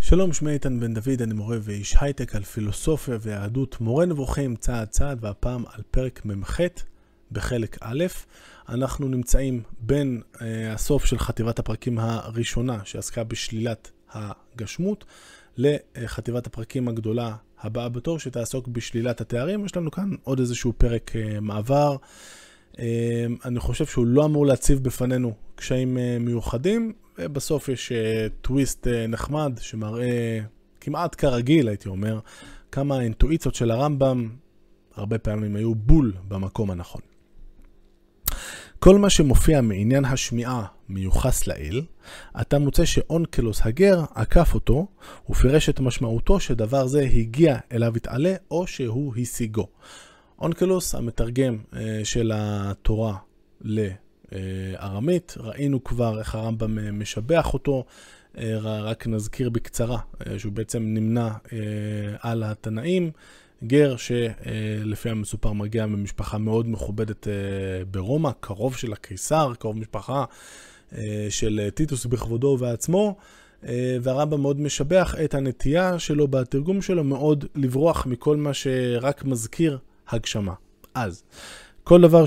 שלום, שמי איתן בן דוד, אני מורה ואיש הייטק על פילוסופיה ויהדות, מורה נבוכים צעד צעד, והפעם על פרק ממ"ח בחלק א'. אנחנו נמצאים בין הסוף של חטיבת הפרקים הראשונה שעסקה בשלילת הגשמות לחטיבת הפרקים הגדולה הבאה בתור שתעסוק בשלילת התארים. יש לנו כאן עוד איזשהו פרק מעבר. אני חושב שהוא לא אמור להציב בפנינו קשיים מיוחדים. בסוף יש טוויסט נחמד שמראה כמעט כרגיל, הייתי אומר, כמה האינטואיציות של הרמב"ם הרבה פעמים היו בול במקום הנכון. כל מה שמופיע מעניין השמיעה מיוחס לאל, אתה מוצא שאונקלוס הגר עקף אותו ופירש את משמעותו שדבר זה הגיע אליו התעלה או שהוא השיגו. אונקלוס המתרגם של התורה לארמית, ראינו כבר איך הרמב"ם משבח אותו, רק נזכיר בקצרה שהוא בעצם נמנה על התנאים, גר שלפי המסופר מגיע ממשפחה מאוד מכובדת ברומא, קרוב של הקיסר, קרוב משפחה של טיטוס בכבודו ובעצמו, והרמב"ם מאוד משבח את הנטייה שלו בתרגום שלו מאוד לברוח מכל מה שרק מזכיר הגשמה. אז כל דבר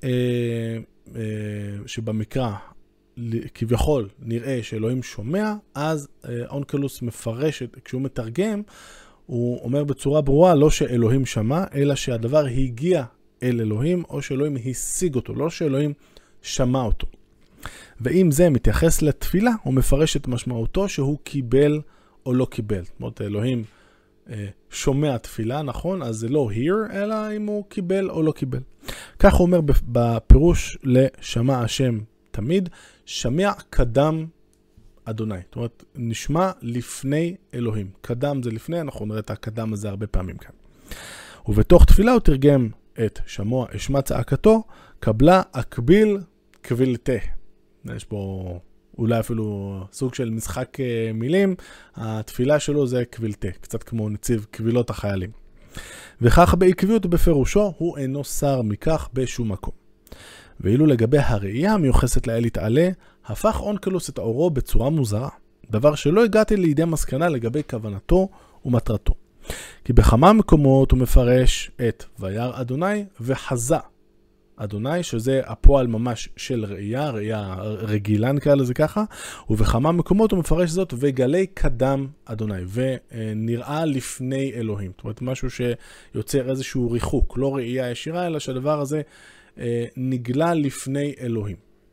שבמקרא כביכול נראה שאלוהים שומע, אז אונקלוס מפרש, כשהוא מתרגם, הוא אומר בצורה ברורה, לא שאלוהים שמע, אלא שהדבר הגיע אל אלוהים, או שאלוהים השיג אותו, לא שאלוהים שמע אותו. ואם זה מתייחס לתפילה, הוא מפרש את משמעותו שהוא קיבל או לא קיבל. זאת אומרת, אלוהים שומע תפילה, נכון? אז זה לא hear, אלא אם הוא קיבל או לא קיבל. כך הוא אומר בפירוש לשמע השם תמיד, שמע קדם אדוני. זאת אומרת, נשמע לפני אלוהים. קדם זה לפני, אנחנו נראה את הקדם הזה הרבה פעמים כאן. ובתוך תפילה הוא תרגם את שמוע אשמע צעקתו, קבלה אקביל קבילתה. יש פה אולי אפילו סוג של משחק מילים, התפילה שלו זה קבילתה, קצת כמו נציב קבילות החיילים. וכך בעקביות ובפירושו הוא אינו שר מכך בשום מקום. ואילו לגבי הראייה המיוחסת לאל יתעלה, הפך אונקלוס את אורו בצורה מוזרה, דבר שלא הגעתי לידי מסקנה לגבי כוונתו ומטרתו. כי בכמה מקומות הוא מפרש את וירא אדוני וחזה אדוני, שזה הפועל ממש של ראייה, ראייה רגילה נקרא לזה ככה, ובכמה מקומות הוא מפרש זאת וגלי קדם אדוני, ונראה לפני אלוהים. זאת אומרת, משהו שיוצר איזשהו ריחוק, לא ראייה ישירה, אלא שהדבר הזה נגלה לפני אלוהים.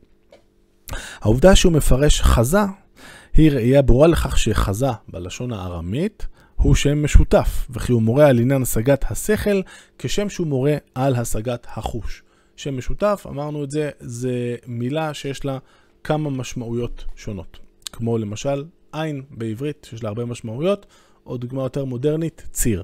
העובדה שהוא מפרש חזה, היא ראייה ברורה לכך שחזה בלשון הארמית, הוא שם משותף, וכי הוא מורה על עניין השגת השכל, כשם שהוא מורה על השגת החוש. שם משותף, אמרנו את זה, זה מילה שיש לה כמה משמעויות שונות. כמו למשל, עין בעברית, שיש לה הרבה משמעויות, או דוגמה יותר מודרנית, ציר.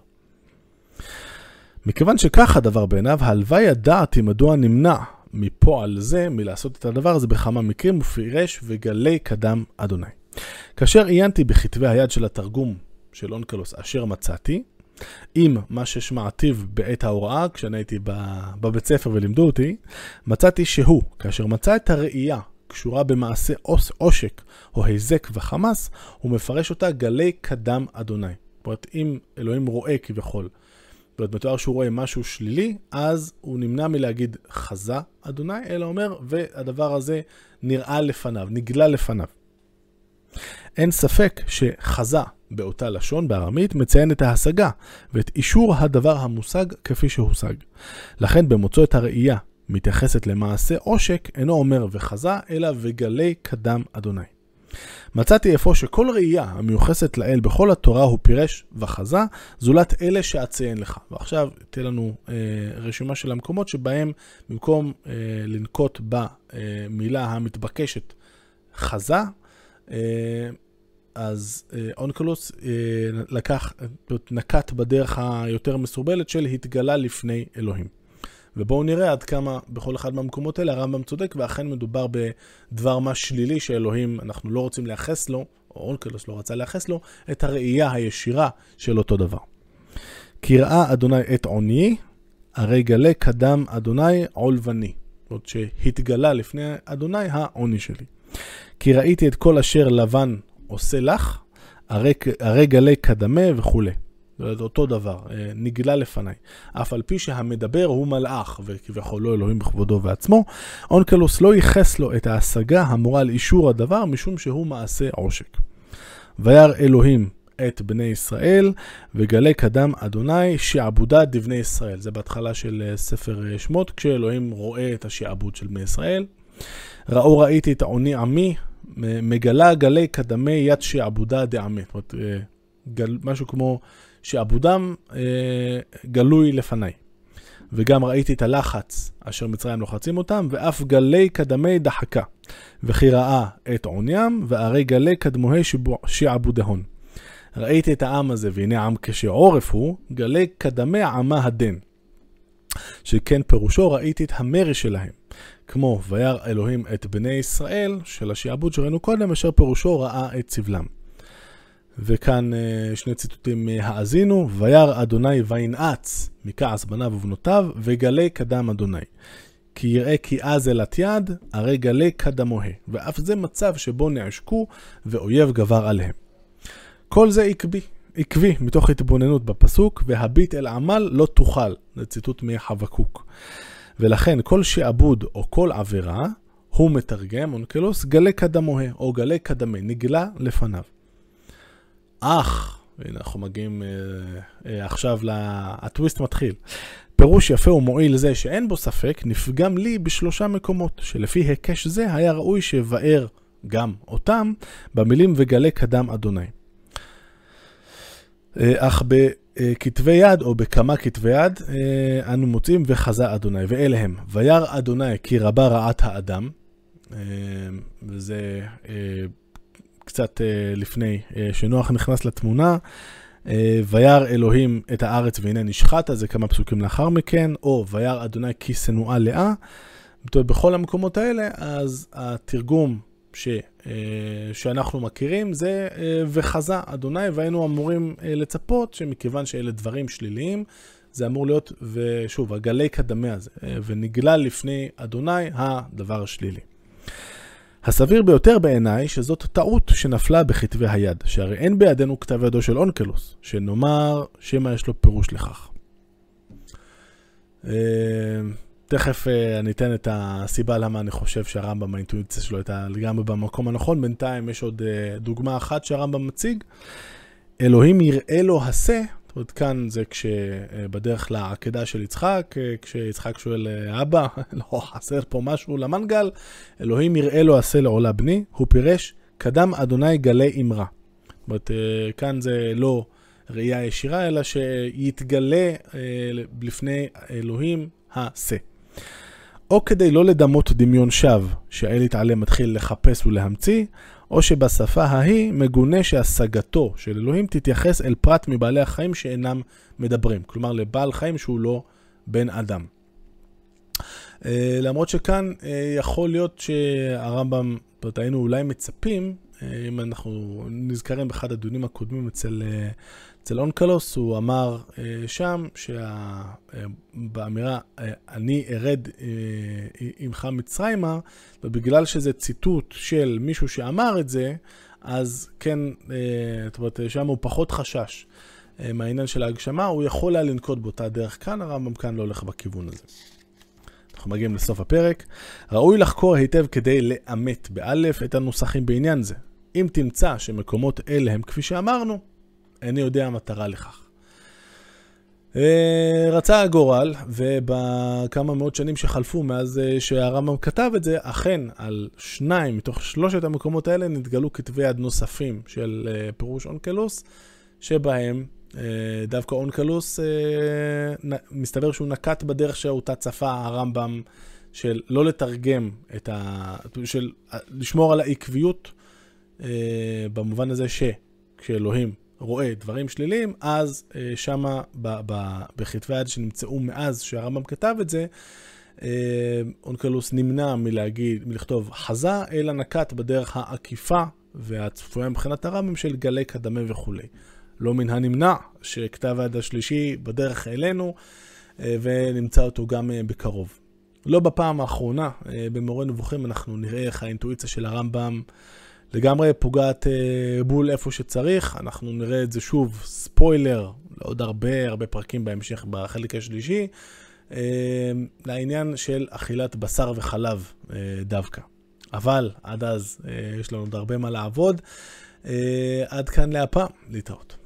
מכיוון שכך הדבר בעיניו, הלוואי ידעתי מדוע נמנע מפועל זה, מלעשות את הדבר הזה בכמה מקרים, ופירש וגלי קדם אדוני. כאשר עיינתי בכתבי היד של התרגום של אונקלוס אשר מצאתי, עם מה ששמעתיו בעת ההוראה, כשאני הייתי בבית ספר ולימדו אותי, מצאתי שהוא, כאשר מצא את הראייה קשורה במעשה עושק או היזק וחמאס, הוא מפרש אותה גלי קדם אדוני. זאת אומרת, אם אלוהים רואה כביכול, זאת אומרת, מתואר שהוא רואה משהו שלילי, אז הוא נמנע מלהגיד חזה אדוני, אלא אומר, והדבר הזה נראה לפניו, נגלה לפניו. אין ספק שחזה באותה לשון בארמית מציין את ההשגה ואת אישור הדבר המושג כפי שהושג. לכן במוצאו את הראייה מתייחסת למעשה עושק אינו אומר וחזה אלא וגלי קדם אדוני. מצאתי איפה שכל ראייה המיוחסת לאל בכל התורה הוא פירש וחזה זולת אלה שאציין לך. ועכשיו תהיה לנו רשימה של המקומות שבהם במקום לנקוט במילה המתבקשת חזה, אז אונקלוס נקט בדרך היותר מסורבלת של התגלה לפני אלוהים. ובואו נראה עד כמה בכל אחד מהמקומות האלה הרמב"ם צודק, ואכן מדובר בדבר מה שלילי שאלוהים, אנחנו לא רוצים לייחס לו, או אונקלוס לא רצה לייחס לו, את הראייה הישירה של אותו דבר. כי ראה אדוני את עוני, הרי גלה קדם אדוני עולבני. זאת אומרת שהתגלה לפני אדוני העוני שלי. כי ראיתי את כל אשר לבן עושה לך, הרי גלי קדמה וכו'. זה אותו דבר, נגלה לפניי. אף על פי שהמדבר הוא מלאך, וכביכול לא אלוהים בכבודו ועצמו, אונקלוס לא ייחס לו את ההשגה המורה על אישור הדבר, משום שהוא מעשה עושק. וירא אלוהים את בני ישראל, וגלי קדם אדוני שעבודה דבני ישראל. זה בהתחלה של ספר שמות, כשאלוהים רואה את השעבוד של בני ישראל. ראיתי את עוני עמי, מגלה גלי קדמי יד שעבודה דעמי. זאת אומרת, משהו כמו שעבודם גלוי לפניי. וגם ראיתי את הלחץ אשר מצרים לוחצים אותם, ואף גלי קדמי דחקה. וכי ראה את עוניים, והרי גלי קדמוהי שעבודהון. ראיתי את העם הזה, והנה עם כשעורף הוא, גלי קדמי עמה הדן. שכן פירושו ראיתי את המרי שלהם. כמו וירא אלוהים את בני ישראל, של השעבוד שראינו קודם, אשר פירושו ראה את סבלם. וכאן שני ציטוטים האזינו, וירא אדוני וינעץ מכעס בניו ובנותיו, וגלי קדם אדוני. כי יראה כי אזלת יד, הרי גלי קדמוה. ואף זה מצב שבו נעשקו, ואויב גבר עליהם. כל זה עקבי מתוך התבוננות בפסוק, והביט אל עמל לא תוכל. זה ציטוט מחבקוק. ולכן כל שעבוד או כל עבירה, הוא מתרגם, אונקלוס, גלי קדמוה, או גלי קדמי, נגלה לפניו. הנה אנחנו מגיעים עכשיו, הטוויסט מתחיל. פירוש יפה ומועיל זה שאין בו ספק, נפגם לי בשלושה מקומות, שלפי הקש זה היה ראוי שבאר גם אותם, במילים וגלי קדם אדוני. אך בכתבי יד או בכמה כתבי יד, אנו מוצאים וחזה אדוני, ואליהם, וירא אדוני כי רבה רעת האדם, וזה קצת לפני שנוח נכנס לתמונה, וירא אלוהים את הארץ והנה נשחטה, זה כמה פסוקים לאחר מכן, או וירא אדוני כי שנואה לאה. בכל המקומות האלה, אז התרגום שאנחנו מכירים זה וחזה אדוני, והיינו אמורים לצפות שמכיוון שאלה דברים שליליים, זה אמור להיות, ושוב, הגלי קדמי הזה, ונגלה לפני אדוני הדבר השלילי. הסביר ביותר בעיניי שזאת טעות שנפלה בכתבי היד, שהרי אין בידינו כתב ידו של אונקלוס, שנאמר שמה יש לו פירוש לכך. תכף אני אתן את הסיבה למה אני חושב שהרמב"ם האינטואיציה שלו הייתה לגמרי במקום הנכון. בינתיים יש עוד דוגמה אחת שהרמב"ם מציג. אלוהים יראה לו עשה, זאת אומרת כאן זה כשבדרך לעקדה של יצחק, כשיצחק שואל אבא, לא חסר פה משהו למנגל, אלוהים יראה לו עשה לעולה בני, הוא פירש קדם אדוני גלי אמרה. זאת אומרת כאן זה לא ראייה ישירה, אלא שיתגלה לפני אלוהים העשה. או כדי לא לדמות דמיון שווא שהאל יתעלה מתחיל לחפש ולהמציא, או שבשפה ההיא מגונה שהשגתו של אלוהים תתייחס אל פרט מבעלי החיים שאינם מדברים. כלומר לבעל חיים שהוא לא בן אדם. למרות שכאן יכול להיות שהרמב"ם, היינו אולי מצפים, אם אנחנו נזכרים באחד הדיונים הקודמים אצל אונקלוס, הוא אמר שם שבאמירה אני ארד עמך מצרימה, ובגלל שזה ציטוט של מישהו שאמר את זה, אז כן, זאת אומרת, שם הוא פחות חשש מהעניין של ההגשמה, הוא יכול היה לנקוט באותה דרך כאן, הרמב"ם כאן לא הולך בכיוון הזה. אנחנו מגיעים לסוף הפרק. ראוי לחקור היטב כדי לאמת באלף את הנוסחים בעניין זה. אם תמצא שמקומות אלה הם כפי שאמרנו, איני יודע המטרה לכך. רצה הגורל, ובכמה מאות שנים שחלפו מאז שהרמב"ם כתב את זה, אכן על 2 מתוך 3 המקומות האלה נתגלו כתבי יד נוספים של פירוש אונקלוס, שבהם דווקא אונקלוס מסתבר שהוא נקט בדרך שאותה צפה הרמב"ם של לא לתרגם של לשמור על העקביות, במובן הזה שכשאלוהים רואה דברים שליליים, אז שמה בכתבי היד שנמצאו מאז שהרמב"ם כתב את זה, אונקלוס נמנע מלכתוב חזה, אלא נקט בדרך העקיפה והצפויה מבחינת הרמב"ם של גלי קדמה וכו'. לא מן הנמנע שכתב היד השלישי בדרך אלינו, ונמצא אותו גם בקרוב. לא בפעם האחרונה, במורה נבוכים אנחנו נראה איך האינטואיציה של הרמב"ם לגמרי פוגעת בול איפה שצריך. אנחנו נראה את זה שוב, ספוילר, לעוד הרבה פרקים בהמשך בחלק השלישי, לעניין של אכילת בשר וחלב דווקא. אבל עד אז יש לנו עוד הרבה מה לעבוד. עד כאן להפעם, להתראות.